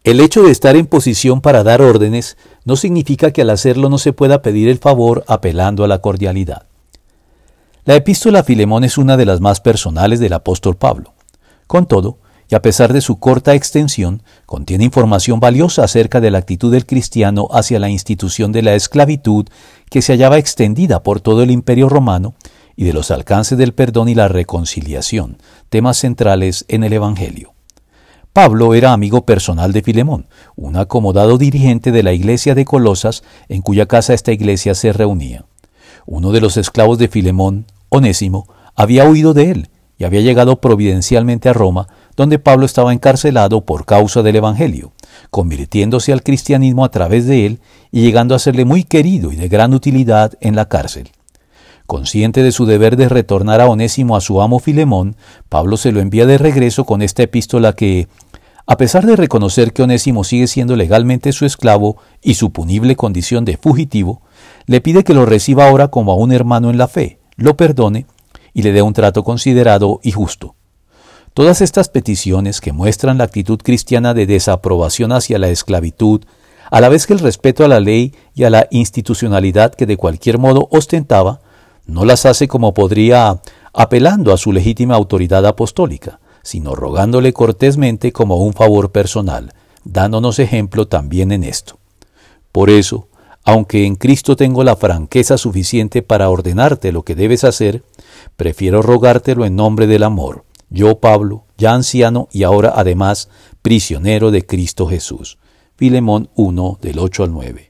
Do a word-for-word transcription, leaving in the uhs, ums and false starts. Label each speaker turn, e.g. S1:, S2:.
S1: El hecho de estar en posición para dar órdenes no significa que al hacerlo no se pueda pedir el favor apelando a la cordialidad. La epístola a Filemón es una de las más personales del apóstol Pablo. Con todo, y a pesar de su corta extensión, contiene información valiosa acerca de la actitud del cristiano hacia la institución de la esclavitud que se hallaba extendida por todo el Imperio Romano y de los alcances del perdón y la reconciliación, temas centrales en el Evangelio. Pablo era amigo personal de Filemón, un acomodado dirigente de la iglesia de Colosas, en cuya casa esta iglesia se reunía. Uno de los esclavos de Filemón, Onésimo, había huido de él y había llegado providencialmente a Roma, donde Pablo estaba encarcelado por causa del Evangelio, convirtiéndose al cristianismo a través de él y llegando a serle muy querido y de gran utilidad en la cárcel. Consciente de su deber de retornar a Onésimo a su amo Filemón, Pablo se lo envía de regreso con esta epístola que, a pesar de reconocer que Onésimo sigue siendo legalmente su esclavo y su punible condición de fugitivo, le pide que lo reciba ahora como a un hermano en la fe, lo perdone y le dé un trato considerado y justo. Todas estas peticiones, que muestran la actitud cristiana de desaprobación hacia la esclavitud, a la vez que el respeto a la ley y a la institucionalidad que de cualquier modo ostentaba, no las hace como podría apelando a su legítima autoridad apostólica, sino rogándole cortésmente como un favor personal, dándonos ejemplo también en esto. Por eso, aunque en Cristo tengo la franqueza suficiente para ordenarte lo que debes hacer, prefiero rogártelo en nombre del amor, yo Pablo, ya anciano y ahora además prisionero de Cristo Jesús. Filemón uno, del ocho al nueve.